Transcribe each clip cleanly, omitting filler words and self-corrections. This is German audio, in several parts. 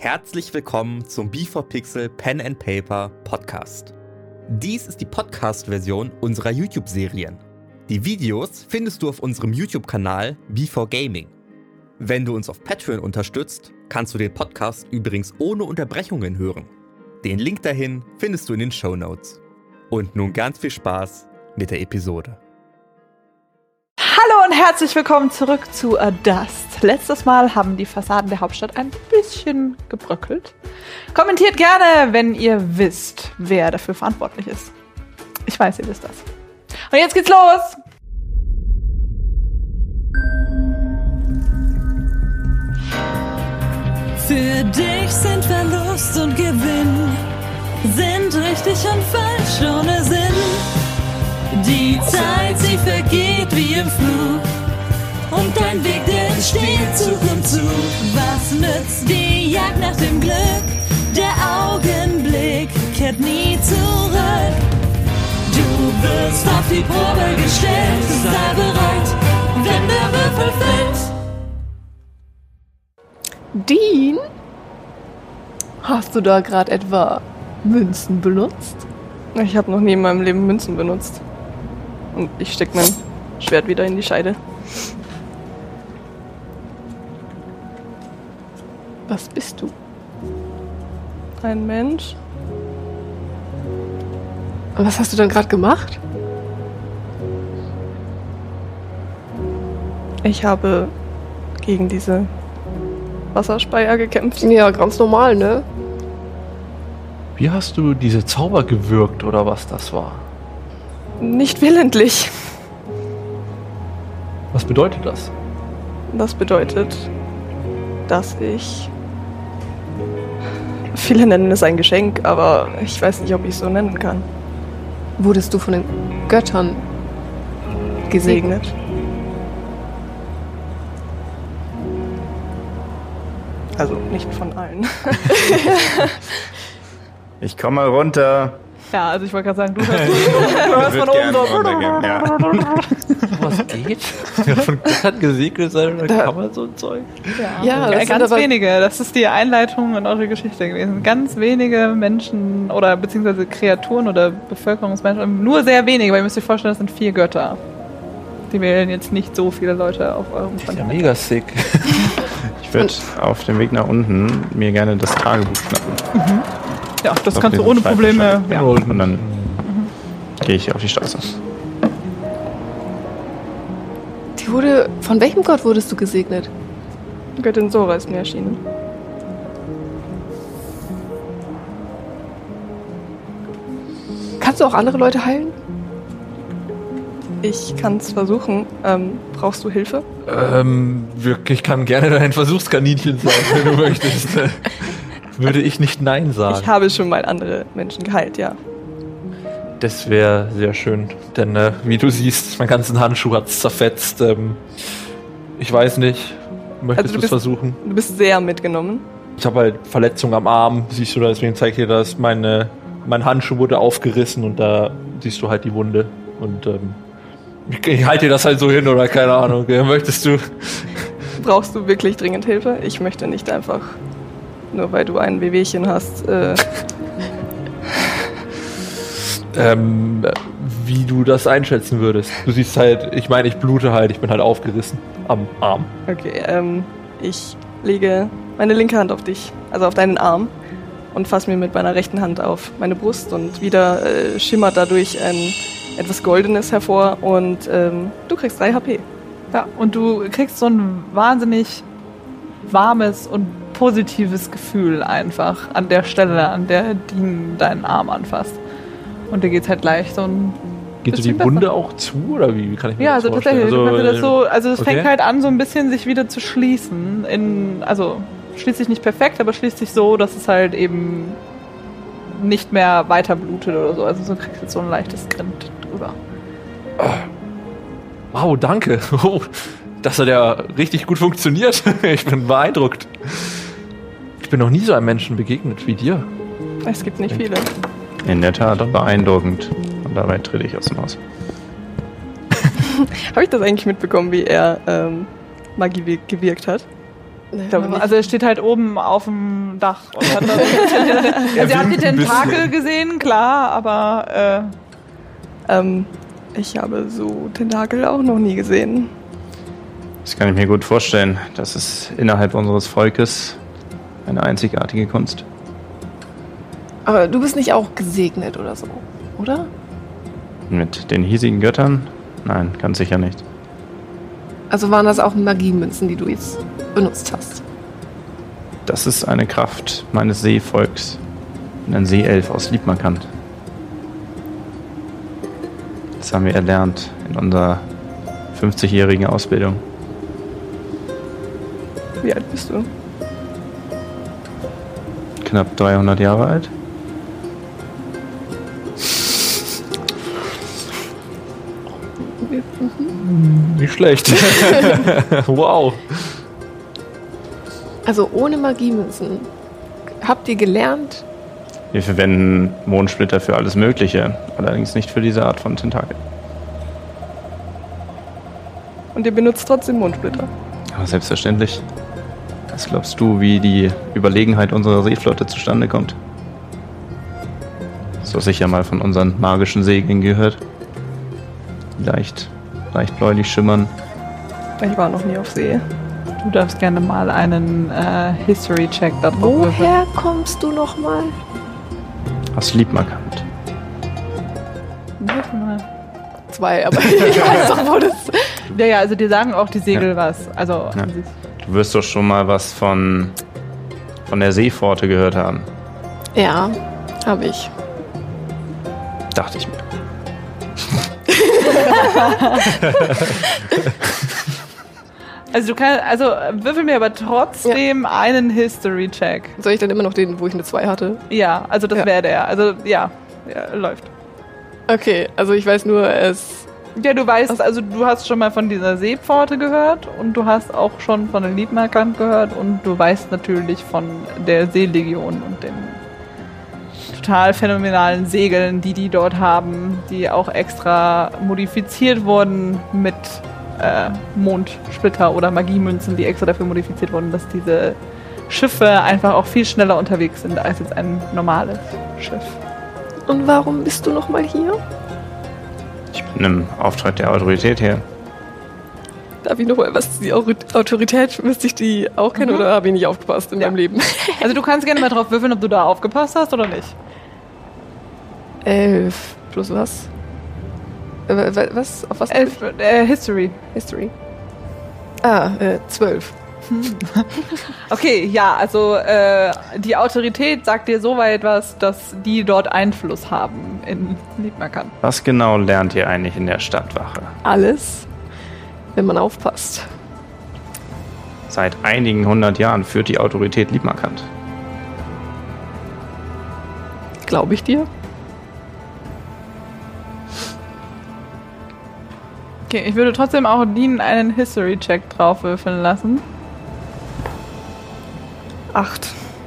Herzlich willkommen zum B4Pixel Pen and Paper Podcast. Dies ist die Podcast-Version unserer YouTube-Serien. Die Videos findest du auf unserem YouTube-Kanal B4Gaming. Wenn du uns auf Patreon unterstützt, kannst du den Podcast übrigens ohne Unterbrechungen hören. Den Link dahin findest du in den Shownotes. Und nun ganz viel Spaß mit der Episode. Hallo und herzlich willkommen zurück zu Adust. Letztes Mal haben die Fassaden der Hauptstadt ein bisschen gebröckelt. Kommentiert gerne, wenn ihr wisst, wer dafür verantwortlich ist. Ich weiß, ihr wisst das. Und jetzt geht's los! Für dich sind Verlust und Gewinn, sind richtig und falsch ohne Sinn. Die Zeit, sie vergeht wie im Flug, und dein Weg, der entsteht Zug um Zug. Was nützt die Jagd nach dem Glück? Der Augenblick kehrt nie zurück. Du wirst auf die Probe gestellt, sei bereit, wenn der Würfel fällt. Dean? Hast du da gerade etwa Münzen benutzt? Ich habe noch nie in meinem Leben Münzen benutzt. Und ich steck mein Schwert wieder in die Scheide. Was bist du? Ein Mensch? Und was hast du dann gerade gemacht? Ich habe gegen diese Wasserspeier gekämpft. Ja, ganz normal, ne? Wie hast du diese Zauber gewirkt oder was das war? Nicht willentlich. Was bedeutet das? Das bedeutet, dass ich... Viele nennen es ein Geschenk, aber ich weiß nicht, ob ich es so nennen kann. Wurdest du von den Göttern gesegnet? Also nicht von allen. Ich komme mal runter. Ja, also ich wollte gerade sagen, du hörst von oben so. Ja. Was geht? Ja, von Göttern gesegnet sein oder kann man so ein Zeug? Ja, das Ganz sind aber wenige. Das ist die Einleitung in eure Geschichte gewesen. Ganz wenige Menschen oder beziehungsweise Kreaturen oder Bevölkerungsmenschen. Nur sehr wenige, weil ihr müsst euch vorstellen, das sind 4 Götter. Die wählen jetzt nicht so viele Leute auf eurem Das ist ja Kontinent. mega sick. Ich würde auf dem Weg nach unten mir gerne das Tagebuch schnappen. Ja, das Auf kannst du diesen ohne Probleme. Schreibtisch. Ja. Und dann gehe ich auf die Straße. von welchem Gott wurdest du gesegnet? Göttin Sora ist mir erschienen. Kannst du auch andere Leute heilen? Ich kann es versuchen. Brauchst du Hilfe? Ich kann gerne dein Versuchskaninchen sein, wenn du möchtest. Würde ich nicht Nein sagen. Ich habe schon mal andere Menschen geheilt, ja. Das wäre sehr schön, denn wie du siehst, meinen ganzen Handschuh hat's zerfetzt. Ich weiß nicht, möchtest du es versuchen? Du bist sehr mitgenommen. Ich habe halt Verletzungen am Arm, siehst du, deswegen zeige ich dir das. Mein Handschuh wurde aufgerissen und da siehst du halt die Wunde. Und ich halte dir das halt so hin oder keine Ahnung. Möchtest du? Brauchst du wirklich dringend Hilfe? Ich möchte nicht einfach, nur weil du ein Wehwehchen hast, wie du das einschätzen würdest. Du siehst halt, ich meine, ich blute halt, ich bin halt aufgerissen am Arm. Okay, ich lege meine linke Hand auf dich, also auf deinen Arm, und fasse mir mit meiner rechten Hand auf meine Brust und wieder schimmert dadurch etwas Goldenes hervor und du kriegst 3 HP. Ja, und du kriegst so ein wahnsinnig warmes und positives Gefühl einfach an der Stelle, an der Dean deinen Arm anfasst. Und dir geht's halt gleich so ein Geht so bisschen die Wunde besser. auch zu oder wie kann ich mir Ja, das also vorstellen? tatsächlich. Also es okay. fängt halt an, so ein bisschen sich wieder zu schließen. Also schließt sich nicht perfekt, aber schließt sich so, dass es halt eben nicht mehr weiter blutet oder so. Also so kriegst du jetzt so ein leichtes Grind drüber. Wow, danke. Oh, das hat ja richtig gut funktioniert. Ich bin beeindruckt. Ich bin noch nie so einem Menschen begegnet wie dir. Es gibt nicht viele. In der Tat beeindruckend. Und dabei trete ich aus dem Haus. Habe ich das eigentlich mitbekommen, wie er Magie gewirkt hat? Ich glaube nicht. Also er steht halt oben auf dem Dach. Und hat da so ein bisschen also ihr habt die Tentakel gesehen, klar, aber ich habe so Tentakel auch noch nie gesehen. Das kann ich mir gut vorstellen. Das ist innerhalb unseres Volkes eine einzigartige Kunst. Aber du bist nicht auch gesegnet oder so, oder? Mit den hiesigen Göttern? Nein, ganz sicher nicht. Also waren das auch Magiemünzen, die du jetzt benutzt hast? Das ist eine Kraft meines Seevolks. Ein Seeelf aus Liebmarkant. Das haben wir erlernt in unserer 50-jährigen Ausbildung. Wie alt bist du? Knapp 300 Jahre alt. Nicht schlecht. Wow. Also ohne Magiemünzen. Habt ihr gelernt? Wir verwenden Mondsplitter für alles Mögliche, allerdings nicht für diese Art von Tentakel. Und ihr benutzt trotzdem Mondsplitter? Aber selbstverständlich. Was glaubst du, wie die Überlegenheit unserer Seeflotte zustande kommt? So sicher mal von unseren magischen Segeln gehört. Leicht bläulich schimmern. Ich war noch nie auf See. du darfst gerne mal einen History-Check da drauf würfeln. Woher kommst du nochmal? Aus Liebmarkant. Würfel mal. 2, aber ich weiß doch, wo das... Ja, also dir sagen auch die Segel was. Also Ja. Du wirst doch schon mal was von der Seepforte gehört haben. Ja, habe ich. Dachte ich mir. Also du kannst, also würfel mir aber trotzdem einen History-Check. Soll ich dann immer noch den, wo ich eine 2 hatte? Ja, also das Ja. wäre der. Also ja, läuft. Okay, also ich weiß nur, es... Ja, du weißt, also du hast schon mal von dieser Seepforte gehört und du hast auch schon von der Liebmarkant gehört und du weißt natürlich von der Seelegion und den total phänomenalen Segeln, die dort haben, die auch extra modifiziert wurden mit Mondsplitter oder Magiemünzen, die extra dafür modifiziert wurden, dass diese Schiffe einfach auch viel schneller unterwegs sind als jetzt ein normales Schiff. Und warum bist du nochmal hier? Ich bin im Auftrag der Autorität hier. Darf ich nochmal, was die Autorität, müsste ich die auch kennen oder habe ich nicht aufgepasst in meinem Leben? Also du kannst gerne mal drauf würfeln, ob du da aufgepasst hast oder nicht. 11 plus was? Was? Auf was? 11, History. History. 12. Okay, ja, also die Autorität sagt dir soweit was, dass die dort Einfluss haben in Liebmarkant. Was genau lernt ihr eigentlich in der Stadtwache? Alles, wenn man aufpasst. Seit einigen 100 Jahren führt die Autorität Liebmarkant. Glaube ich dir? Okay, ich würde trotzdem auch Dean einen History-Check drauf würfeln lassen. 8.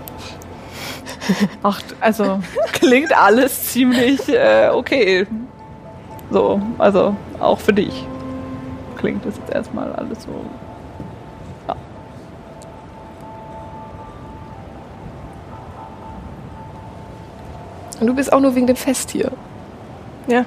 8, also klingt alles ziemlich okay. So, also auch für dich klingt das jetzt erstmal alles so. Ja. Und du bist auch nur wegen dem Fest hier. Ja.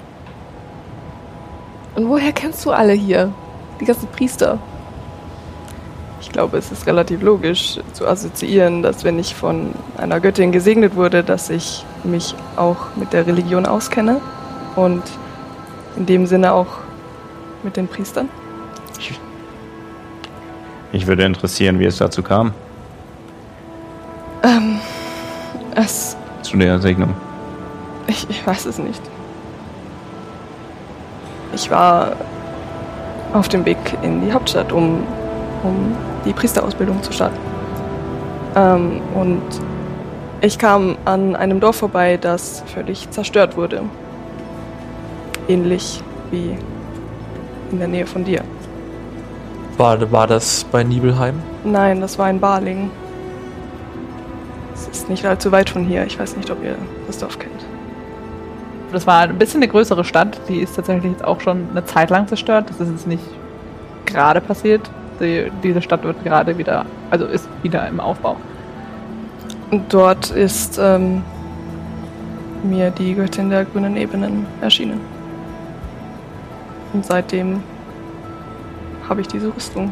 Und woher kennst du alle hier? Die ganzen Priester. Ich glaube, es ist relativ logisch zu assoziieren, dass wenn ich von einer Göttin gesegnet wurde, dass ich mich auch mit der Religion auskenne und in dem Sinne auch mit den Priestern. Mich würde interessieren, wie es dazu kam, zu der Segnung. Ich weiß es nicht. Ich war auf dem Weg in die Hauptstadt, um die Priesterausbildung zu starten. Und ich kam an einem Dorf vorbei, das völlig zerstört wurde. Ähnlich wie in der Nähe von dir. War das bei Nibelheim? Nein, das war in Baling. Es ist nicht allzu weit von hier. Ich weiß nicht, ob ihr das Dorf kennt. Das war ein bisschen eine größere Stadt, die ist tatsächlich jetzt auch schon eine Zeit lang zerstört. Das ist jetzt nicht gerade passiert. diese Stadt wird gerade wieder, also ist wieder im Aufbau. Und dort ist mir die Göttin der grünen Ebenen erschienen. Und seitdem habe ich diese Rüstung.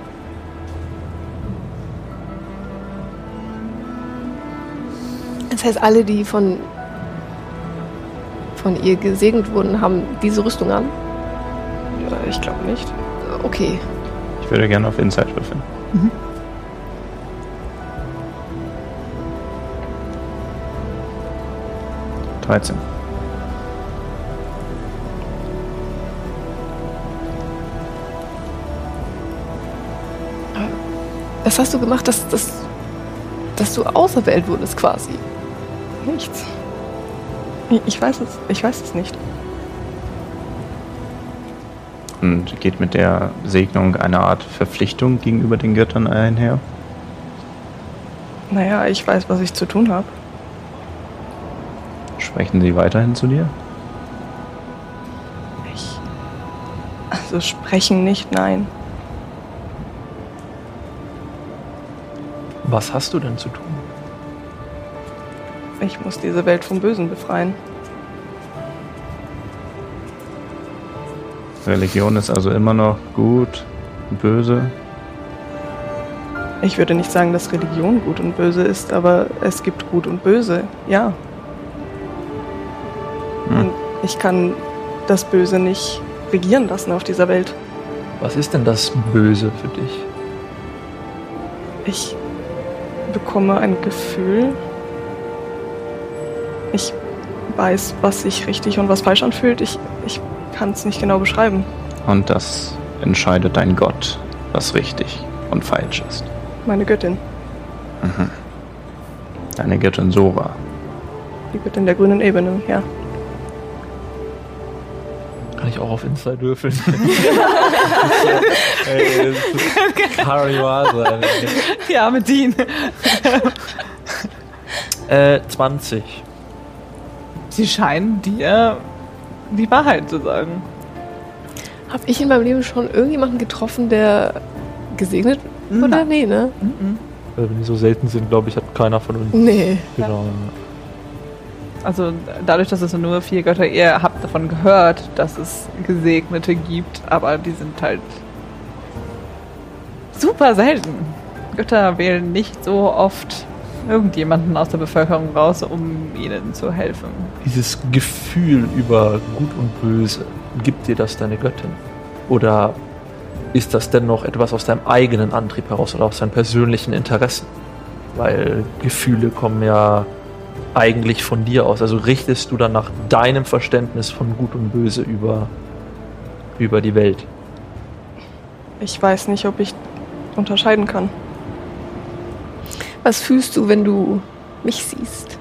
Das heißt, alle, die von ihr gesegnet wurden, haben diese Rüstung an? Ja, ich glaube nicht. Okay. Ich würde gerne auf Insight würfeln. 13. Was hast du gemacht, dass du auserwählt wurdest quasi? Nichts. Ich weiß es nicht. Und geht mit der Segnung eine Art Verpflichtung gegenüber den Göttern einher? Naja, ich weiß, was ich zu tun habe. Sprechen sie weiterhin zu dir? Also sprechen nicht, nein. Was hast du denn zu tun? Ich muss diese Welt vom Bösen befreien. Religion ist also immer noch gut und böse? Ich würde nicht sagen, dass Religion gut und böse ist, aber es gibt gut und böse, ja. Und ich kann das Böse nicht regieren lassen auf dieser Welt. Was ist denn das Böse für dich? Ich bekomme ein Gefühl. Ich weiß, was sich richtig und was falsch anfühlt. Ich kann es nicht genau beschreiben. Und das entscheidet dein Gott, was richtig und falsch ist. Meine Göttin. Mhm. Deine Göttin Sora. Die Göttin der grünen Ebene, ja. Kann ich auch auf Insight würfeln? Ey, das kann doch nicht wahr sein. Ja, mit Dean. 20. Sie scheinen dir die Wahrheit zu sagen. Habe ich in meinem Leben schon irgendjemanden getroffen, der gesegnet wurde? Nein. Nee, ne? Wenn die so selten sind, glaube ich, hat keiner von uns. Nee. Genau. Also dadurch, dass es nur 4 Götter, ihr habt davon gehört, dass es Gesegnete gibt, aber die sind halt super selten. Götter wählen nicht so oft irgendjemanden aus der Bevölkerung raus, um ihnen zu helfen. Dieses Gefühl über Gut und Böse, gibt dir das deine Göttin? Oder ist das dennoch etwas aus deinem eigenen Antrieb heraus oder aus deinen persönlichen Interessen? Weil Gefühle kommen ja eigentlich von dir aus. Also richtest du dann nach deinem Verständnis von Gut und Böse über die Welt? Ich weiß nicht, ob ich unterscheiden kann. Was fühlst du, wenn du mich siehst?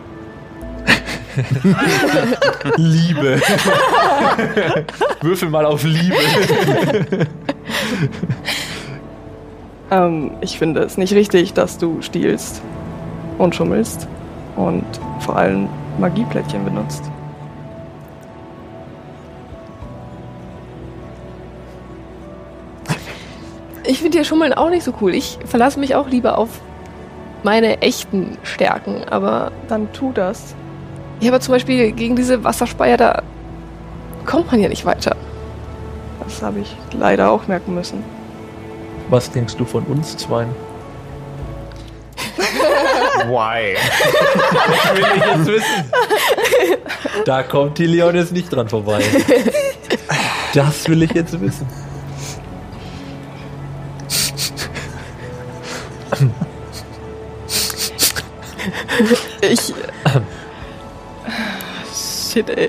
Liebe. Würfel mal auf Liebe. Ich finde es nicht richtig, dass du stiehlst und schummelst und vor allem Magieplättchen benutzt. Ich finde ja Schummeln auch nicht so cool. Ich verlasse mich auch lieber auf meine echten Stärken, aber Dann tu das. ja, aber zum Beispiel gegen diese Wasserspeier, da kommt man ja nicht weiter. Das habe ich leider auch merken müssen. Was denkst du von uns zweien? Why? Das will ich jetzt wissen. Da kommt die Leon jetzt nicht dran vorbei. Das will ich jetzt wissen. Ich... Shit, ey.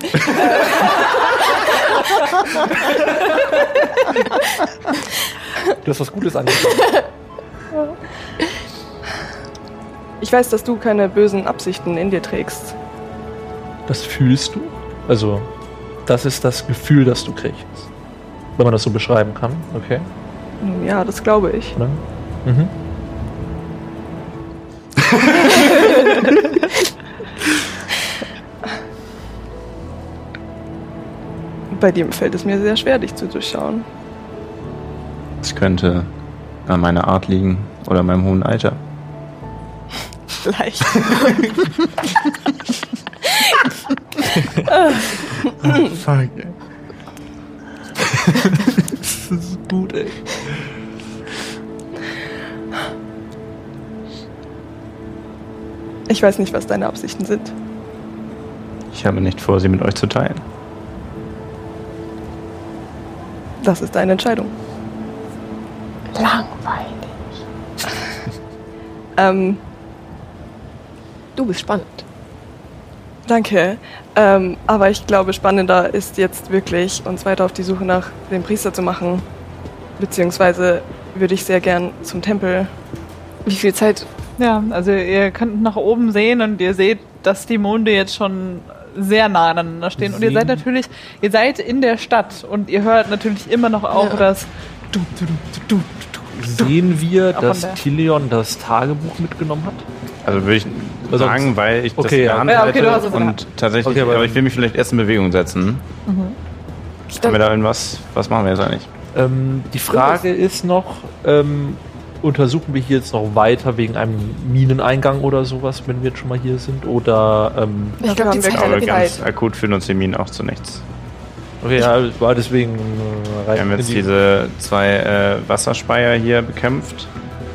Du hast was Gutes angefangen. Ich weiß, dass du keine bösen Absichten in dir trägst. Das fühlst du? Also, das ist das Gefühl, das du kriegst. Wenn man das so beschreiben kann, okay? Nun ja, das glaube ich. Oder? Mhm. Bei dir fällt es mir sehr schwer, dich zu durchschauen. Es könnte an meiner Art liegen oder meinem hohen Alter. Vielleicht. Fuck, ey. Das ist gut, ey. Ich weiß nicht, was deine Absichten sind. Ich habe nicht vor, sie mit euch zu teilen. Das ist deine Entscheidung. Langweilig. Du bist spannend. Danke. Aber ich glaube, spannender ist jetzt wirklich, uns weiter auf die Suche nach dem Priester zu machen. Beziehungsweise würde ich sehr gern zum Tempel. Wie viel Zeit? Ja, also ihr könnt nach oben sehen und ihr seht, dass die Monde jetzt schon sehr nah aneinander stehen. Und ihr seid in der Stadt und ihr hört natürlich immer noch auch das Sehen wir, Auch von dass der- Tileon das Tagebuch mitgenommen hat? Also würde ich Also- sagen, weil ich das Okay, in der ja. Hand Ja, okay, du hast halte es in der und tatsächlich, Okay, aber- aber ich will mich vielleicht erst in Bewegung setzen. Haben wir da irgendwas? Was machen wir jetzt eigentlich? Die Frage ist noch, untersuchen wir hier jetzt noch weiter wegen einem Mineneingang oder sowas, wenn wir jetzt schon mal hier sind? Oder, Ich glaube, die haben wir Zeit Aber hat ganz Zeit. akut führen uns die Minen auch zu nichts. okay, ja, war deswegen Wir haben jetzt diese 2 Wasserspeier hier bekämpft.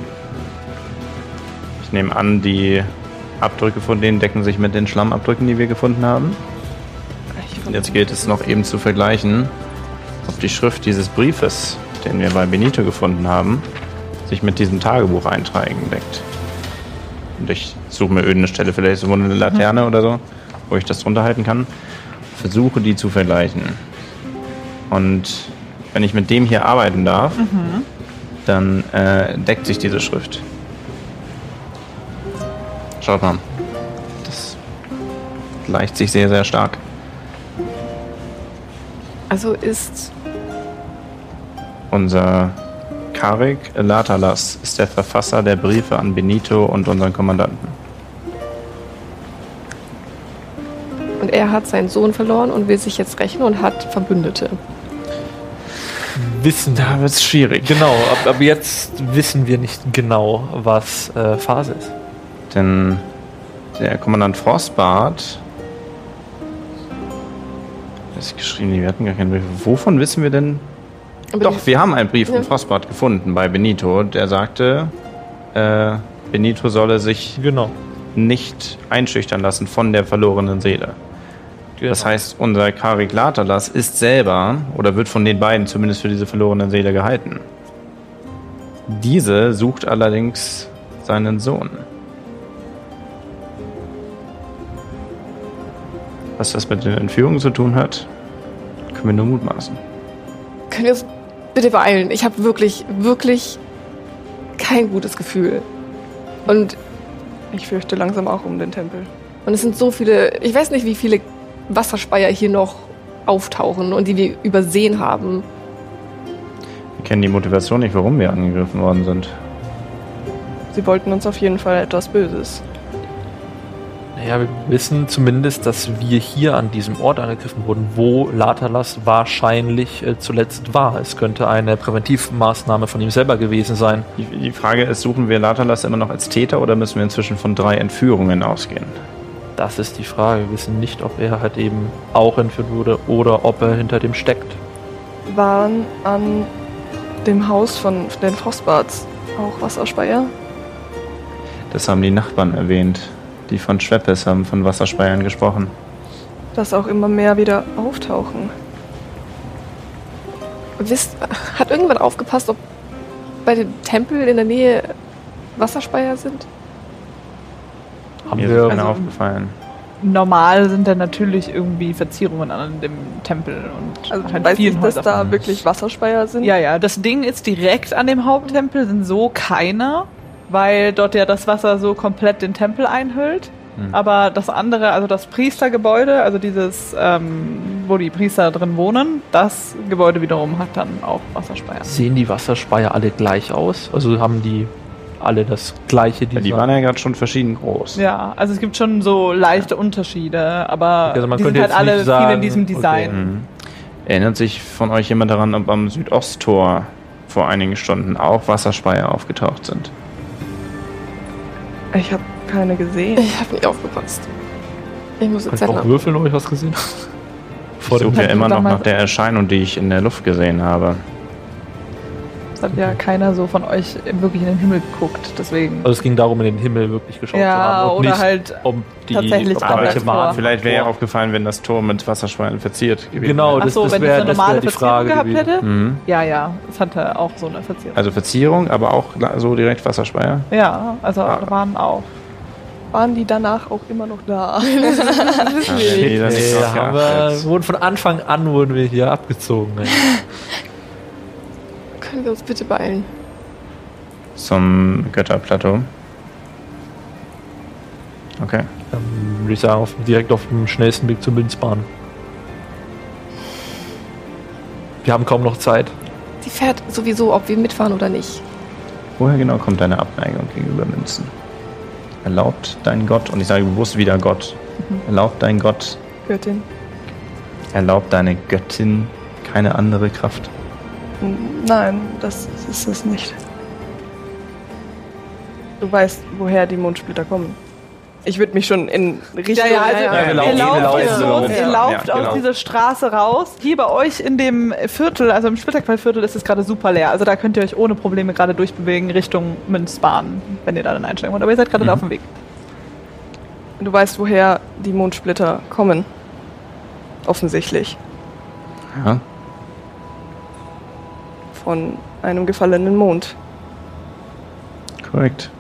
Ich nehme an, die Abdrücke von denen decken sich mit den Schlammabdrücken, die wir gefunden haben. Und jetzt gilt es noch eben zu vergleichen, ob die Schrift dieses Briefes, den wir bei Benito gefunden haben, sich mit diesem Tagebucheinträgen deckt. Und ich suche mir irgendeine Stelle, vielleicht so eine Laterne oder so, wo ich das drunter halten kann. Versuche die zu vergleichen. Und wenn ich mit dem hier arbeiten darf, dann deckt sich diese Schrift. Schaut mal. Das gleicht sich sehr, sehr stark. Also ist Unser Karik Latalas ist der Verfasser der Briefe an Benito und unseren Kommandanten. und er hat seinen Sohn verloren und will sich jetzt rächen und hat Verbündete. wissen. Da wird es schwierig. Genau, aber jetzt wissen wir nicht genau, was Phase ist. Denn der Kommandant Frostbart. Das ist geschrieben, wir hatten gar keinen Brief. Wovon wissen wir denn? Aber Doch, wir haben einen Brief Ja. von Frostbart gefunden bei Benito. Der sagte, Benito solle sich Genau. nicht einschüchtern lassen von der verlorenen Seele. Das heißt, unser Karik Latalas ist selber, oder wird von den beiden zumindest für diese verlorene Seele gehalten. Diese sucht allerdings seinen Sohn. Was das mit den Entführungen zu tun hat, können wir nur mutmaßen. können wir uns bitte beeilen? Ich habe wirklich, wirklich kein gutes Gefühl. Und Ich fürchte langsam auch um den Tempel. es sind so viele, ich weiß nicht, wie viele Wasserspeier hier noch auftauchen und die wir übersehen haben. Wir kennen die Motivation nicht, warum wir angegriffen worden sind. Sie wollten uns auf jeden Fall etwas Böses. Naja, wir wissen zumindest, dass wir hier an diesem Ort angegriffen wurden, wo Latalas wahrscheinlich zuletzt war. Es könnte eine Präventivmaßnahme von ihm selber gewesen sein. Die Frage ist, suchen wir Latalas immer noch als Täter oder müssen wir inzwischen von 3 Entführungen ausgehen? Das ist die Frage. Wir wissen nicht, ob er halt eben auch entführt wurde oder ob er hinter dem steckt. Waren an dem Haus von den Frostbarts auch Wasserspeier? Das haben die Nachbarn erwähnt. Die von Schweppes haben von Wasserspeiern gesprochen. Dass auch immer mehr wieder auftauchen. Hat irgendjemand aufgepasst, ob bei dem Tempel in der Nähe Wasserspeier sind? Haben Mir ist wir keiner aufgefallen. Normal sind da natürlich irgendwie Verzierungen an dem Tempel und Also halt weiß vielen ich, dass Häusern. da wirklich Wasserspeier sind? Ja, ja, das Ding ist direkt an dem Haupttempel sind so keiner, weil dort ja das Wasser so komplett den Tempel einhüllt. Aber das andere, also das Priestergebäude, also dieses, wo die Priester drin wohnen, das Gebäude wiederum hat dann auch Wasserspeier. sehen die Wasserspeier alle gleich aus? Also haben die alle das gleiche Ja, die waren ja gerade schon verschieden groß. Ja, also es gibt schon so leichte Unterschiede, aber Also man die sind könnte halt jetzt alle nicht viel in diesem sagen, Design. okay. Mhm. Erinnert sich von euch jemand daran, ob am Südosttor vor einigen Stunden auch Wasserspeier aufgetaucht sind. Ich habe keine gesehen. Ich habe nicht aufgepasst. Ich muss jetzt Könnt ihr auch würfeln, ob ich was gesehen habe? Ich suche ja immer noch nach der Erscheinung, die ich in der Luft gesehen habe. Es hat ja keiner so von euch wirklich in den Himmel geguckt, deswegen. Also es ging darum, in den Himmel wirklich geschaut zu Ja, haben. Und oder nicht, halt um die tatsächlich ob komplett welche vor. waren. Vielleicht wäre ja aufgefallen, wenn das Tor mit Wasserspeiern verziert gewesen Genau, wäre. das, Achso, das wenn wäre es eine normale die Verzierung Frage gehabt gewesen. hätte? Mhm. Ja, es hatte auch so eine Verzierung. Also Verzierung, aber auch so direkt Wasserspeier. Ja, also waren auch. Waren die danach auch immer noch da? Nee, das ist noch haben wir, wurden von Anfang an wurden wir hier abgezogen. Ey. Können wir uns bitte beeilen? Zum Götterplateau. Okay. Dann würde ich sagen, direkt auf dem schnellsten Weg zur Münzbahn. Wir haben kaum noch Zeit. Die fährt sowieso, ob wir mitfahren oder nicht. Woher genau kommt deine Abneigung gegenüber Münzen? Erlaubt dein Gott, und ich sage bewusst wieder Gott, erlaubt dein Gott, Göttin. erlaubt deine Göttin keine andere Kraft? Nein, das ist es nicht. Du weißt, woher die Mondsplitter kommen. Ich würde mich schon in Richtung... ihr lauft Ja, genau. aus dieser Straße raus. Hier bei euch in dem Viertel, also im Splitterquellviertel, ist es gerade super leer. Also da könnt ihr euch ohne Probleme gerade durchbewegen Richtung Münzbahn, wenn ihr da dann einsteigen wollt. Aber ihr seid gerade da auf dem Weg. Du weißt, woher die Mondsplitter kommen. Offensichtlich. Ja. Von einem gefallenen Mond. Korrekt.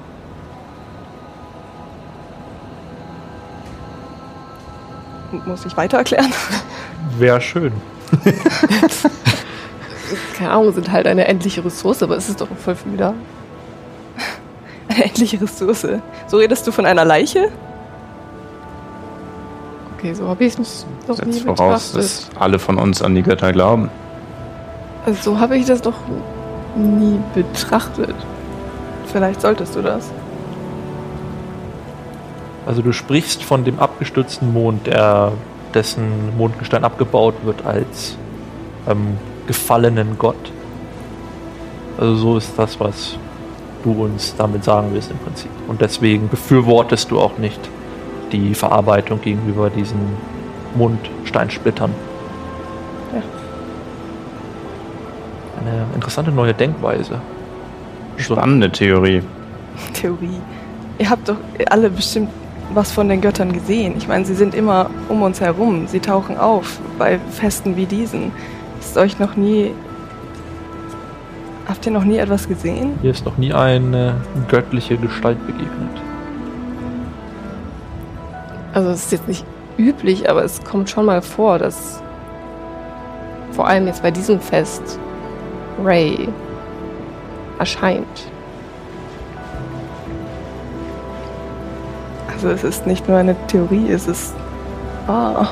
Muss ich weiter erklären? Wäre schön. Keine Ahnung, sind halt eine endliche Ressource, aber es ist doch voll viel da. Eine endliche Ressource. So redest du von einer Leiche? Okay, so habe ich es noch nie Setzt voraus, betrachtet. dass alle von uns an die Götter glauben. Also so habe ich das doch nie betrachtet. Vielleicht solltest du das. Also du sprichst von dem abgestürzten Mond, dessen Mondgestein abgebaut wird als gefallenen Gott. Also so ist das, was du uns damit sagen willst im Prinzip. Und deswegen befürwortest du auch nicht die Verarbeitung gegenüber diesen Mondsteinsplittern. Ja. Eine interessante neue Denkweise. Spannende Theorie. Theorie. Ihr habt doch alle bestimmt was von den Göttern gesehen. Ich meine, sie sind immer um uns herum. Sie tauchen auf bei Festen wie diesen. Ist euch noch nie... Habt ihr noch nie etwas gesehen? Hier ist noch nie eine göttliche Gestalt begegnet. Also es ist jetzt nicht üblich, aber es kommt schon mal vor, dass vor allem jetzt bei diesem Fest Ray erscheint. Also es ist nicht nur eine Theorie, es ist wahr.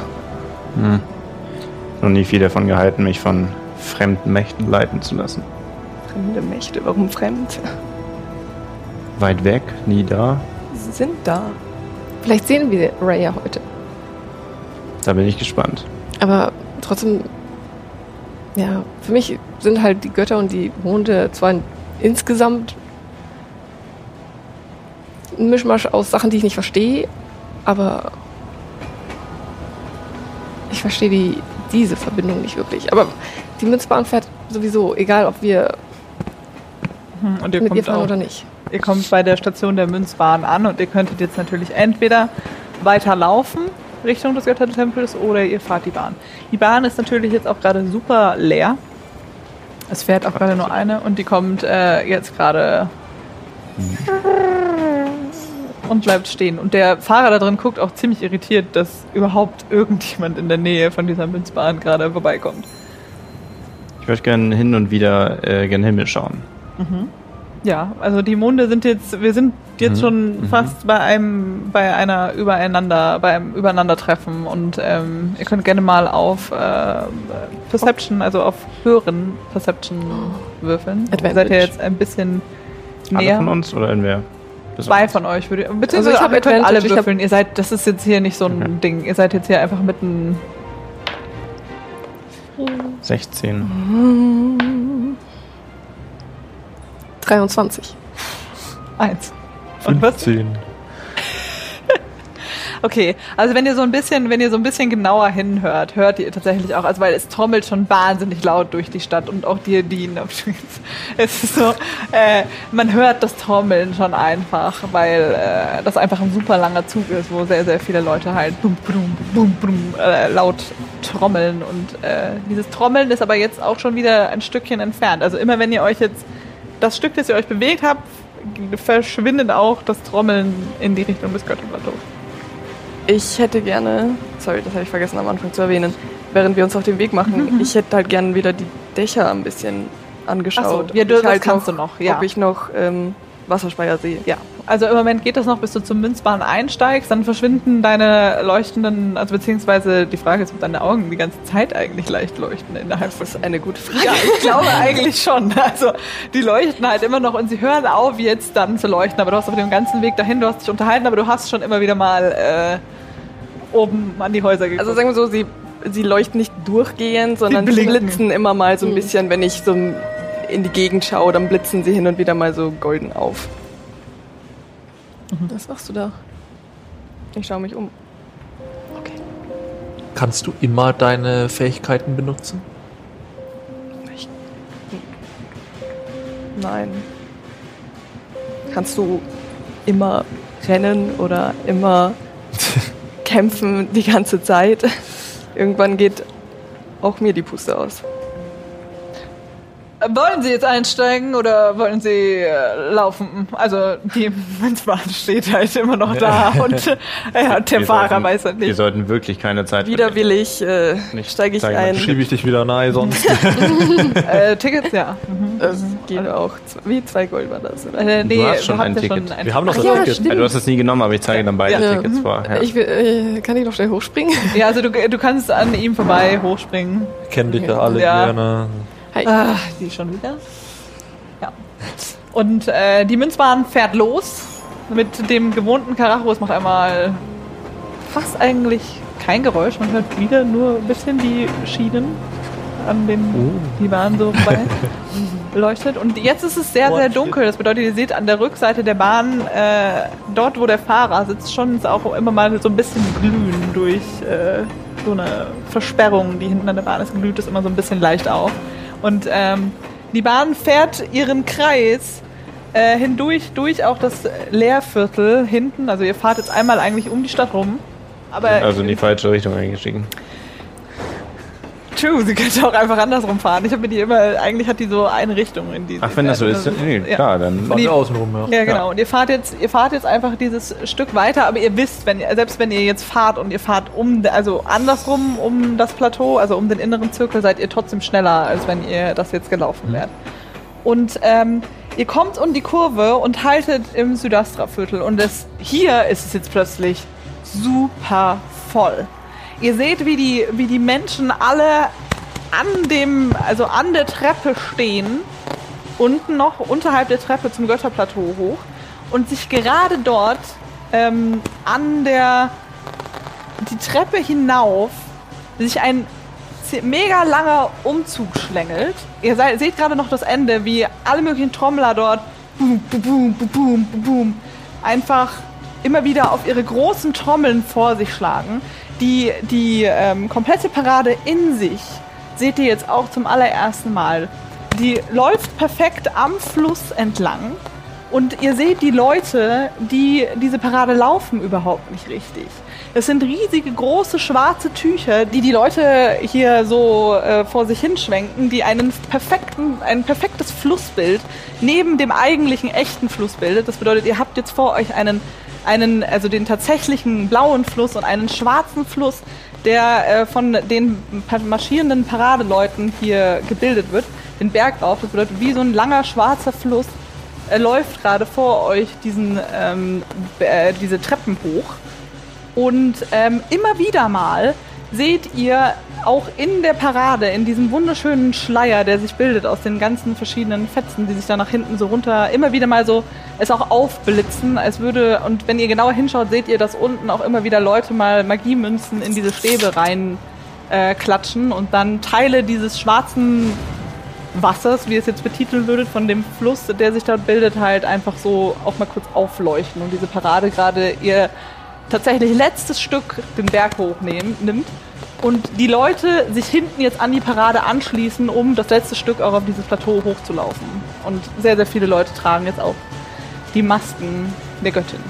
Noch nie viel davon gehalten, mich von fremden Mächten leiten zu lassen. Fremde Mächte, warum fremd? Weit weg, nie da. Sie sind da. Vielleicht sehen wir Ray ja heute. Da bin ich gespannt. Aber trotzdem, ja, für mich sind halt die Götter und die Monde zwar insgesamt ein Mischmasch aus Sachen, die ich nicht verstehe, aber ich verstehe diese Verbindung nicht wirklich. Aber die Münzbahn fährt sowieso, egal ob wir Und ihr mit ihr kommt, fahren auch, oder nicht. ihr kommt bei der Station der Münzbahn an und ihr könntet jetzt natürlich entweder weiterlaufen Richtung des Göttertempels oder ihr fahrt die Bahn. Die Bahn ist natürlich jetzt auch gerade super leer. Es fährt auch gerade nur eine und die kommt jetzt gerade und bleibt stehen. Und der Fahrer da drin guckt auch ziemlich irritiert, dass überhaupt irgendjemand in der Nähe von dieser Münzbahn gerade vorbeikommt. Ich würde gerne hin und wieder gen Himmel schauen. Ja, also die Monde sind jetzt, wir sind jetzt schon fast bei einem Übereinandertreffen und ihr könnt gerne mal auf Perception, also auf höheren Perception würfeln. Ihr Advantage. seid ja jetzt ein bisschen Alle näher. von uns oder wer? Zwei von euch würde beziehungsweise Also ich hab ihr könnt Advantage, alle ich hab- würfeln. Ihr seid, das ist jetzt hier nicht so ein Ding. Ihr seid jetzt hier einfach mitten. 16. 23. 1. Und was? 15. Okay, also wenn ihr so ein bisschen genauer hinhört, hört ihr tatsächlich auch, also weil es trommelt schon wahnsinnig laut durch die Stadt und auch die es ist so, man hört das Trommeln schon einfach, weil das einfach ein super langer Zug ist, wo sehr, sehr viele Leute halt bum, bum, bum, bum, laut trommeln und dieses Trommeln ist aber jetzt auch schon wieder ein Stückchen entfernt. Also immer wenn ihr euch jetzt das Stück, das ihr euch bewegt habt, verschwindet auch das Trommeln in die Richtung des Götterplateaus. Ich hätte gerne, sorry, das habe ich vergessen am Anfang zu erwähnen, während wir uns auf den Weg machen, ich hätte halt gerne wieder die Dächer ein bisschen angeschaut. Ach so, ja, das kannst du noch, ja. Ob ich noch Wasserspeier sehe. Ja, also im Moment geht das noch, bis du zum Münzbahn einsteigst, dann verschwinden deine leuchtenden, also beziehungsweise die Frage ist, ob deine Augen die ganze Zeit eigentlich leicht leuchten innerhalb. Das ist eine gute Frage. Ja, ich glaube eigentlich schon. Also die leuchten halt immer noch und sie hören auf jetzt dann zu leuchten, aber du hast auf dem ganzen Weg dahin, du hast dich unterhalten, aber du hast schon immer wieder mal oben an die Häuser geguckt. Also sagen wir so, sie leuchten nicht durchgehend, sondern sie blitzen immer mal so ein bisschen, wenn ich so in die Gegend schaue, dann blitzen sie hin und wieder mal so golden auf. Was machst du da? Ich schaue mich um. Okay. Kannst du immer deine Fähigkeiten benutzen? Nein. Kannst du immer rennen oder immer kämpfen die ganze Zeit? Irgendwann geht auch mir die Puste aus. Wollen Sie jetzt einsteigen oder wollen Sie laufen? Also die Münzbahn steht halt immer noch da und der Fahrer weiß halt Wir nicht. sollten wirklich keine Zeit Widerwillig steige ich ein. Schiebe ich dich wieder nahe, sonst. Tickets, ja. Das geht auch. Wie 2 Gold war das, oder? Nee, Du hast schon habt ein ja Ticket. Wir haben noch das Ja, Ticket. stimmt. Du hast es nie genommen, aber ich zeige dann beide Ja. Tickets vor. Ja. Kann ich noch schnell hochspringen? Ja, also du kannst an ihm vorbei hochspringen. Ich kenne dich ja alle Ja. gerne. Die schon wieder? Ja. Und die Münzbahn fährt los mit dem gewohnten Karacho. Es macht einmal fast eigentlich kein Geräusch. Man hört wieder nur ein bisschen die Schienen, an denen die Bahn so vorbei leuchtet. Und jetzt ist es sehr, sehr dunkel. Das bedeutet, ihr seht an der Rückseite der Bahn, dort wo der Fahrer sitzt, schon ist auch immer mal so ein bisschen Glühen durch so eine Versperrung, die hinten an der Bahn ist. Glüht es immer so ein bisschen leicht auf. Und die Bahn fährt ihren Kreis hindurch, durch auch das Lehrviertel hinten. Also ihr fahrt jetzt einmal eigentlich um die Stadt rum. Aber Also in die falsche Richtung eingestiegen. true, sie könnte auch einfach andersrum fahren. Ich habe mir die immer, eigentlich hat die so eine Richtung in die. Ach, wenn das so ist, nee, ja. klar, dann. Fahren wir außenrum, ja. Ja, genau. Und ihr fahrt jetzt einfach dieses Stück weiter, aber ihr wisst, selbst wenn ihr jetzt fahrt und ihr fahrt andersrum um das Plateau, also um den inneren Zirkel, seid ihr trotzdem schneller, als wenn ihr das jetzt gelaufen wärt. Und ihr kommt um die Kurve und haltet im Südastra-Viertel und hier ist es jetzt plötzlich super voll. Ihr seht, wie die Menschen alle an der Treppe stehen, unten noch unterhalb der Treppe zum Götterplateau hoch und sich gerade dort die Treppe hinauf sich ein mega langer Umzug schlängelt. Ihr seht gerade noch das Ende, wie alle möglichen Trommler dort boom, boom, boom, boom, boom, boom, einfach immer wieder auf ihre großen Trommeln vor sich schlagen. Die komplette Parade in sich seht ihr jetzt auch zum allerersten Mal. Die läuft perfekt am Fluss entlang und ihr seht die Leute, die diese Parade laufen, überhaupt nicht richtig. Es sind riesige, große, schwarze Tücher, die Leute hier so vor sich hinschwenken, die ein perfektes Flussbild neben dem eigentlichen echten Fluss bildet. Das bedeutet, ihr habt jetzt vor euch also den tatsächlichen blauen Fluss und einen schwarzen Fluss, der von den marschierenden Paradeleuten hier gebildet wird, den Berg rauf. Das bedeutet, wie so ein langer schwarzer Fluss läuft gerade vor euch diese Treppen hoch. Und immer wieder mal seht ihr auch in der Parade, in diesem wunderschönen Schleier, der sich bildet aus den ganzen verschiedenen Fetzen, die sich da nach hinten so runter, immer wieder mal so es auch aufblitzen, und wenn ihr genauer hinschaut, seht ihr, dass unten auch immer wieder Leute mal Magiemünzen in diese Stäbe rein klatschen und dann Teile dieses schwarzen Wassers, wie ihr es jetzt betiteln würdet, von dem Fluss, der sich dort bildet, halt einfach so auch mal kurz aufleuchten und diese Parade gerade ihr tatsächlich letztes Stück den Berg nimmt und die Leute sich hinten jetzt an die Parade anschließen, um das letzte Stück auch auf dieses Plateau hochzulaufen. Und sehr, sehr viele Leute tragen jetzt auch die Masken der Göttin.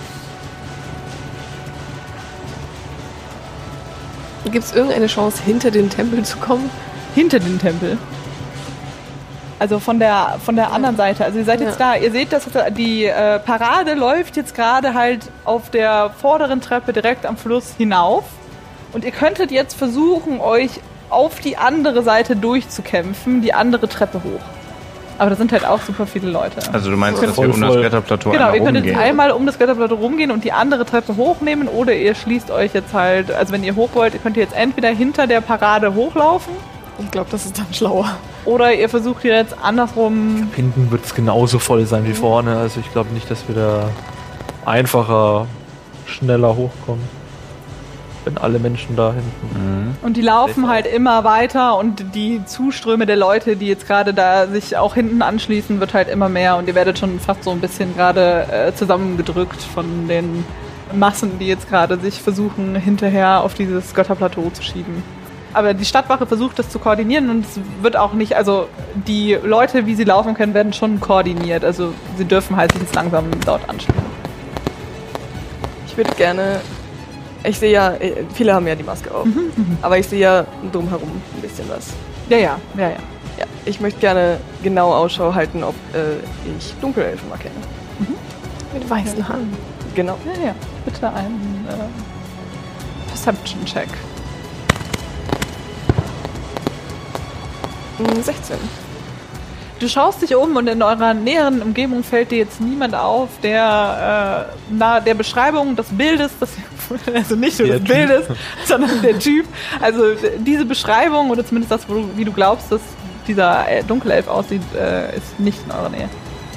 Gibt es irgendeine Chance, hinter den Tempel zu kommen? Hinter den Tempel. Also von der anderen Seite. Also ihr seid jetzt da. Ihr seht, dass die Parade läuft jetzt gerade halt auf der vorderen Treppe direkt am Fluss hinauf. Und ihr könntet jetzt versuchen, euch auf die andere Seite durchzukämpfen, die andere Treppe hoch. Aber da sind halt auch super viele Leute. Also du meinst, dass wir um das Götterplateau Genau, einmal ihr könntet rumgehen? einmal um das Götterplateau rumgehen und die andere Treppe hochnehmen oder ihr schließt euch jetzt halt, also wenn ihr hoch wollt, könnt ihr jetzt entweder hinter der Parade hochlaufen. Ich glaube, das ist dann schlauer. Oder ihr versucht jetzt andersrum. Hinten wird es genauso voll sein wie vorne. Also ich glaube nicht, dass wir da einfacher, schneller hochkommen. Wenn alle Menschen da hinten. Und die laufen halt immer weiter und die Zuströme der Leute, die jetzt gerade da sich auch hinten anschließen, wird halt immer mehr und ihr werdet schon fast so ein bisschen gerade zusammengedrückt von den Massen, die jetzt gerade sich versuchen, hinterher auf dieses Götterplateau zu schieben. Aber die Stadtwache versucht das zu koordinieren und es wird auch nicht, also die Leute, wie sie laufen können, werden schon koordiniert. Also sie dürfen halt sich jetzt langsam dort anschließen. Ich würde gerne, ich sehe ja, viele haben ja die Maske auf, aber ich sehe ja drumherum ein bisschen was. Ja. Ja, ich möchte gerne genau Ausschau halten, ob ich Dunkelelfen mal kenne. Mit weißen Haaren. Genau. Ja. Bitte einen Perception-Check. 16. Du schaust dich um und in eurer näheren Umgebung fällt dir jetzt niemand auf, der der Beschreibung des Bildes, also nicht nur des Bildes, sondern der Typ, also diese Beschreibung oder zumindest das, wie du glaubst, dass dieser Dunkelelf aussieht, ist nicht in eurer Nähe.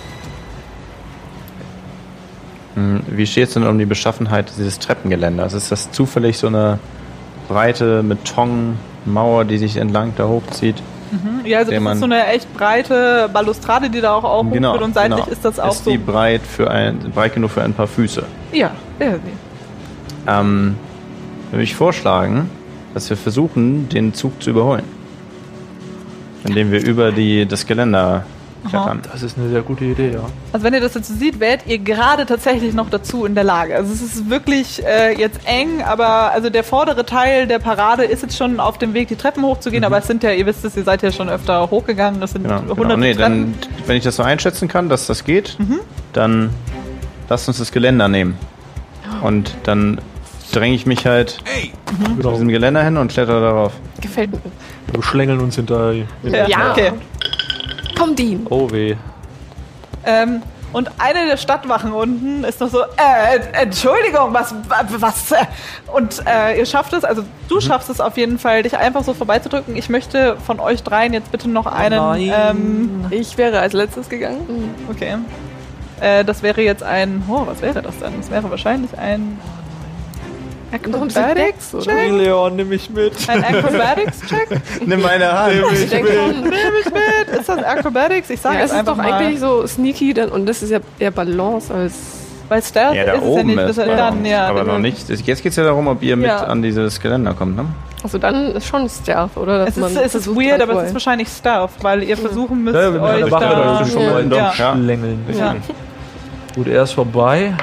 Wie steht es denn um die Beschaffenheit dieses Treppengeländers? Ist das zufällig so eine breite Betonmauer, die sich entlang da hochzieht? Ja, also das ist so eine echt breite Balustrade, die da auch hochführt und seitlich ist das auch ist die breit genug für ein paar Füße? Ja. Würde ich vorschlagen, dass wir versuchen, den Zug zu überholen. Indem wir über das Geländer klettern. Das ist eine sehr gute Idee, ja. Also wenn ihr das jetzt so seht, wärt ihr gerade tatsächlich noch dazu in der Lage. Also es ist wirklich jetzt eng, aber also der vordere Teil der Parade ist jetzt schon auf dem Weg, die Treppen hochzugehen, aber es sind ja, ihr wisst es, ihr seid ja schon öfter hochgegangen, das sind hunderte Nee, Treppen. dann, wenn ich das so einschätzen kann, dass das geht, dann lasst uns das Geländer nehmen. Und dann dränge ich mich halt zu diesem Geländer hin und kletter darauf. Gefällt mir. Wir schlängeln uns hinter. Ja, okay. Komm, Dean. Oh weh. Und eine der Stadtwachen unten ist noch so, Entschuldigung, was, und ihr schafft es, also du schaffst es auf jeden Fall, dich einfach so vorbeizudrücken. Ich möchte von euch dreien jetzt bitte noch einen, Ich wäre als letztes gegangen. okay. Das wäre jetzt ein, was wäre das denn? Das wäre wahrscheinlich ein Acrobatics-Check. Leon, nimm mich mit. Ein Acrobatics-Check? Nimm meine Hand. Ich denke schon. Nehme ich mit. Ist das Acrobatics? Ich sage Ja, es jetzt ist einfach doch mal. eigentlich so sneaky dann, und das ist ja eher Balance als. Weil Stealth Ja, da ist es ja oben nicht. ist Das dann, ja, aber noch nicht. Jetzt geht es ja darum, ob ihr mit Ja. an dieses Geländer kommt, ne? Also dann ist schon Stealth, oder? Es ist weird, aber es ist wahrscheinlich Stealth, weil ihr versuchen müsst, Ja, wenn wir euch eine Wache da... da schon mal ja. schlängeln. Ja. Gut, er ist vorbei.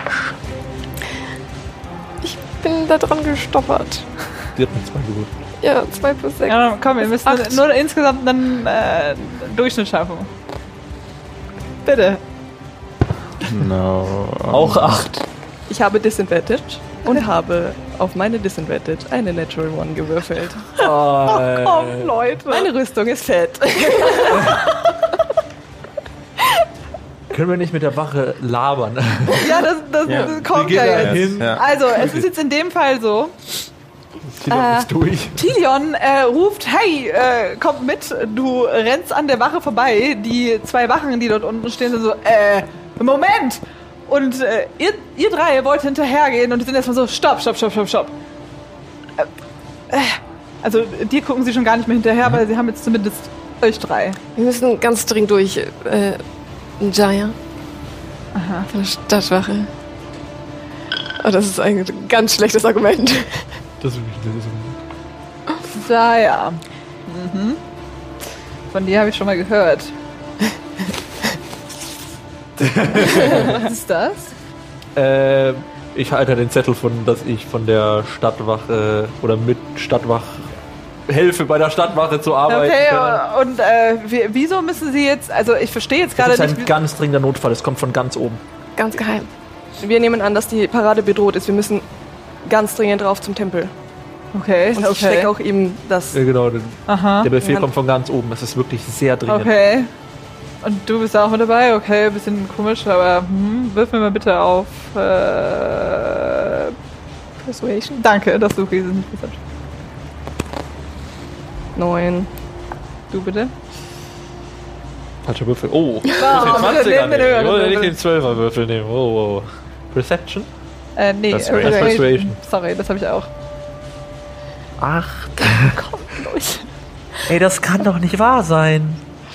Ich bin da dran gestoppert. Die hat mir 2 gut. Ja, 2 plus 6. Ja, komm, ihr müsst 8. nur insgesamt einen Durchschnitt schaffen. Bitte. No. Auch 8. Ich habe Disadvantage und habe auf meine Disadvantage eine Natural One gewürfelt. Komm, Leute. Meine Rüstung ist fett. Können wir nicht mit der Wache labern? Ja, das Ja. kommt Wie geht ja er jetzt. hin? Ja. Also, es ist jetzt in dem Fall so, Zieht er uns durch. Tilion ruft, hey, kommt mit, du rennst an der Wache vorbei. Die 2 Wachen, die dort unten stehen, sind so, Moment! Und ihr 3 wollt hinterhergehen und die sind erstmal so, stopp. Also dir gucken sie schon gar nicht mehr hinterher, weil sie haben jetzt zumindest Euch 3. Wir müssen ganz dringend durch. Jaya. Aha. Von der Stadtwache. Oh, das ist eigentlich ein ganz schlechtes Argument. Das ist wirklich Ja. Mhm. Von dir habe ich schon mal gehört. Was ist das? Ich halte den Zettel dass ich von der Stadtwache oder mit Stadtwache helfe, bei der Stadtwache zu arbeiten. Okay, und wieso müssen Sie jetzt, also ich verstehe jetzt gerade Das ist nicht. ein ganz dringender Notfall, es kommt von ganz oben. Ganz geheim. Wir nehmen an, dass die Parade bedroht ist. Wir müssen ganz dringend rauf zum Tempel. Okay, Und ich stecke auch eben das. Ja, genau, Aha. der Befehl Ja. kommt von ganz oben, es ist wirklich sehr dringend. Okay. Und du bist auch mit dabei? Okay, bisschen komisch, aber wirf mir mal bitte auf. Persuasion. Danke, dass du riesig nicht bist. 9. Du bitte? Falscher Würfel. Oh, bitte, den 20er nehmen wir den höheren nehmen. Oder nicht Würfel. den 12er Würfel nehmen. Oh. Perception? Nee, Persuasion. Persuasion. Sorry, das habe ich auch. 8. Ey, das kann doch nicht wahr sein.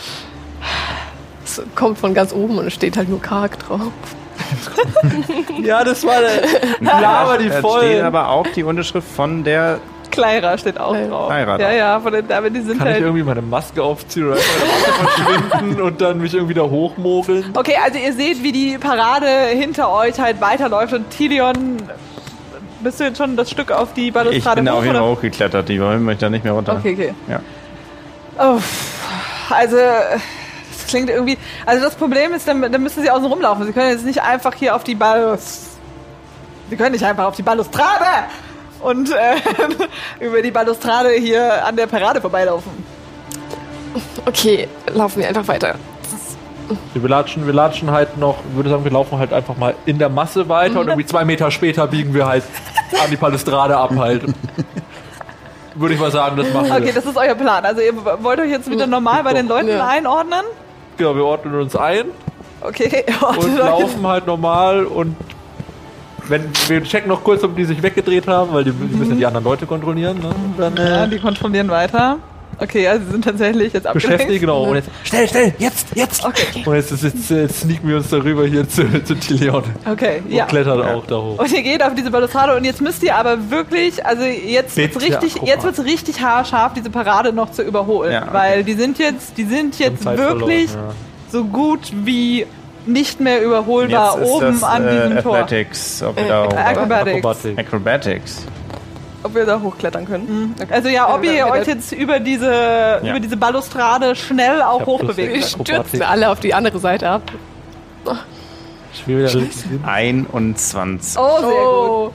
Es kommt von ganz oben und es steht halt nur karg drauf. Ja, das war der Lava, die Da steht voll. aber auch die Unterschrift von der. Kleira steht auch drauf. Kleira Ja, drauf. ja, von den, aber die sind Kann ich halt. irgendwie meine Maske aufziehen oder einfach meine Maske verschwinden und dann mich irgendwie da hochmogeln? Okay, also ihr seht, wie die Parade hinter euch halt weiterläuft und Tilion, bist du jetzt schon das Stück auf die Ich Balustrade bin da hoch, auf jeden Fall oder? hochgeklettert, die wollen mich da nicht mehr runter. Okay. Ja. Oh, also, das klingt irgendwie. Also, das Problem ist, dann müssen sie außen rumlaufen. Sie können jetzt nicht einfach hier auf die Sie können nicht einfach auf die Balustrade und über die Balustrade hier an der Parade vorbeilaufen. Okay, laufen wir einfach weiter. Wir latschen halt noch, ich würde sagen, wir laufen halt einfach mal in der Masse weiter und irgendwie 2 Meter später biegen wir halt an die Balustrade ab halt. Würde ich mal sagen, das machen wir. Okay, das ist euer Plan. Also, ihr wollt euch jetzt wieder normal bei den Leuten Ja. einordnen? Genau, wir ordnen uns ein Okay, und laufen halt normal und wir checken noch kurz, ob die sich weggedreht haben, weil die müssen die anderen Leute kontrollieren. Ne? Und dann Ja, die kontrollieren weiter. Okay, ja, sie sind tatsächlich jetzt abgelenkt. beschäftigen, genau. Und jetzt, schnell, jetzt! Okay. Und jetzt sneaken wir uns darüber hier zu Tilion. Okay, Und ja. klettern auch da hoch. Und ihr geht auf diese Balustrade und jetzt müsst ihr aber wirklich, also jetzt wird's Bitte, richtig haarscharf, diese Parade noch zu überholen. Ja, okay. Weil die sind jetzt Zeit wirklich verloren, so gut wie nicht mehr überholbar Jetzt ist oben das, an diesem Tor. Athletics, ob wir da Acrobatics. Acrobatics. Ob wir da hochklettern können. Okay. Also ja, ob ihr euch jetzt über diese Balustrade schnell auch Ja, plus hochbewegt. Wir stürzen alle auf die andere Seite ab. Schwieriger 21. Oh, sehr gut.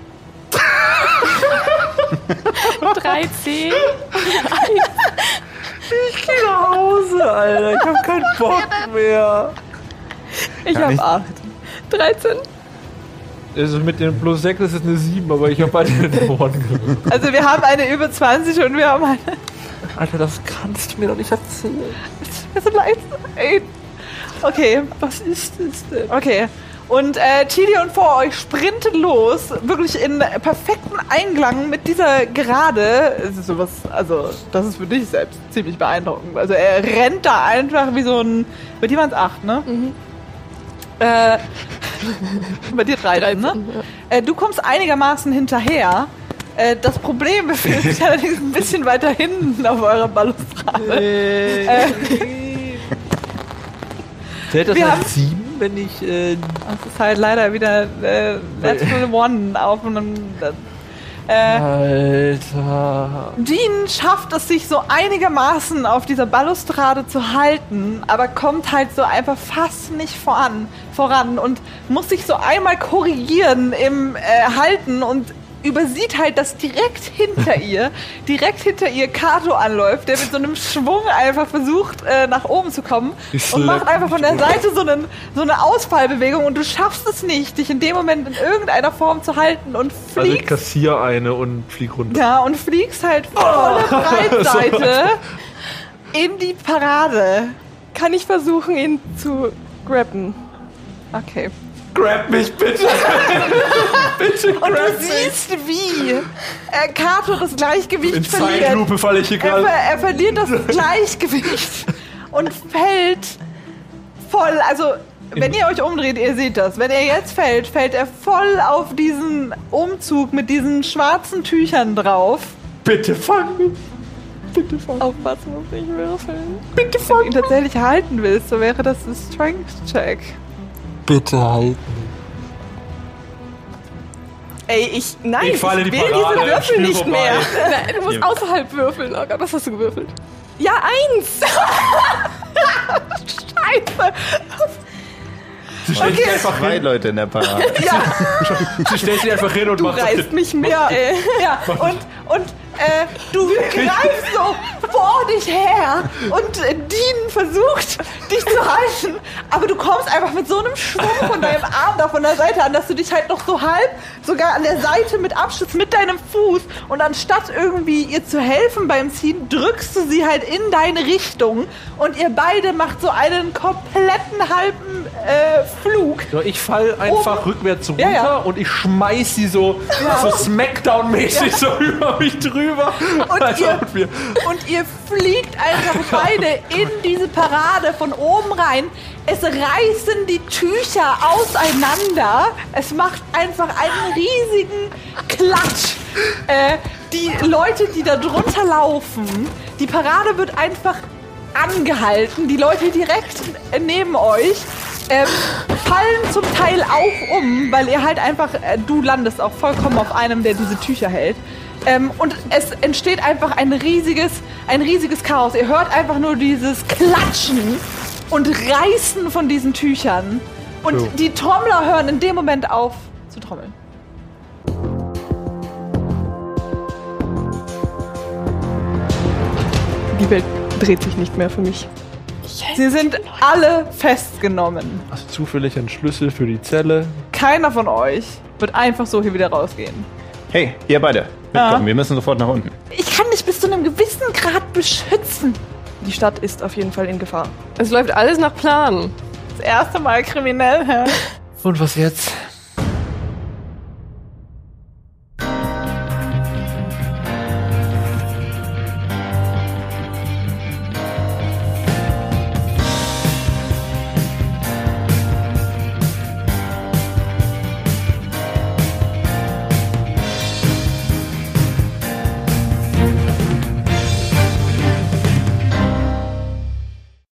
13. Ich geh nach Hause, Alter. Ich hab keinen Bock mehr. Ich Kann habe ich- 8. 13. Also mit den plus 6 ist es eine 7, aber ich habe beide eine 1 gemacht. Also wir haben eine über 20 und wir haben eine Alter, das kannst du mir doch nicht erzählen. so leicht. Ey. Okay, was ist das denn? Okay. Und Tilion vor euch sprintet los, wirklich in perfekten Einklang mit dieser Gerade. Es ist sowas, also das ist für dich selbst ziemlich beeindruckend. Also er rennt da einfach wie so ein. Bei dir waren es 8, ne? Mhm. Bei dir 13, ne? Du kommst einigermaßen hinterher. Das Problem befindet sich allerdings ein bisschen weiter hinten auf eurer Balustrade. Zählt das Wir als haben- 7, wenn ich... Das ist halt leider wieder Natural One auf einem. Alter... Dean schafft es, sich so einigermaßen auf dieser Balustrade zu halten, aber kommt halt so einfach fast nicht voran und muss sich so einmal korrigieren im Halten und übersieht halt, dass direkt hinter ihr Kato anläuft, der mit so einem Schwung einfach versucht, nach oben zu kommen und macht einfach von der Seite so eine Ausfallbewegung und du schaffst es nicht, dich in dem Moment in irgendeiner Form zu halten und Also ich fliegst. kassiere eine und flieg runter. Ja, und fliegst halt volle Breitseite in die Parade. Kann ich versuchen, ihn zu grabben? Okay. Grab mich, bitte. Bitte Und du siehst, wie Kato das Gleichgewicht In verliert. Zeitlupe falle ich hier gerade. Er verliert das Gleichgewicht und fällt voll. Also, wenn ihr euch umdreht, ihr seht das. Wenn er jetzt fällt, fällt er voll auf diesen Umzug mit diesen schwarzen Tüchern drauf. Bitte fang mich. Bitte fang. Aufpassen, muss ich würfeln. Bitte Wenn du ihn tatsächlich halten willst, so wäre das ein Strength-Check. Bitte halten. Ey, nein, Ich falle die will Parade, diese Würfel Spiel nicht vorbei. mehr. Nein, du musst außerhalb würfeln. Oh Gott, was hast du gewürfelt? Ja, 1. Scheiße! Sie stellt sich einfach 2 hin. Leute in der Parade. Ja, Sie stellt sich einfach hin und Du macht reißt mich mit, ey. ja. Und du greifst so vor dich her und Dean versucht, dich zu halten, aber du kommst einfach mit so einem Schwung von deinem Arm da von der Seite an, dass du dich halt noch so halb sogar an der Seite mit abschützt mit deinem Fuß und anstatt irgendwie ihr zu helfen beim Ziehen, drückst du sie halt in deine Richtung und ihr beide macht so einen kompletten halben Flug. So, ich fall einfach rückwärts runter Ja. und ich schmeiß sie so Smackdown-mäßig so über mich drüber. Und Also, und ihr fliegt einfach beide in diese Parade von oben rein. Es reißen die Tücher auseinander. Es macht einfach einen riesigen Klatsch. Die Leute, die da drunter laufen, die Parade wird einfach angehalten. Die Leute direkt neben euch fallen zum Teil auch um, weil ihr halt einfach, du landest auch vollkommen auf einem, der diese Tücher hält. Und es entsteht einfach ein riesiges Chaos. Ihr hört einfach nur dieses Klatschen und Reißen von diesen Tüchern. Und die Trommler hören in dem Moment auf zu trommeln. Die Welt dreht sich nicht mehr für mich. Sie sind alle festgenommen. Hast du zufällig einen Schlüssel für die Zelle? Keiner von euch wird einfach so hier wieder rausgehen. Hey, ihr beide. Mitkommen, wir müssen sofort nach unten. Ich kann dich bis zu einem gewissen Grad beschützen. Die Stadt ist auf jeden Fall in Gefahr. Es läuft alles nach Plan. Das erste Mal kriminell, hä? Und was jetzt?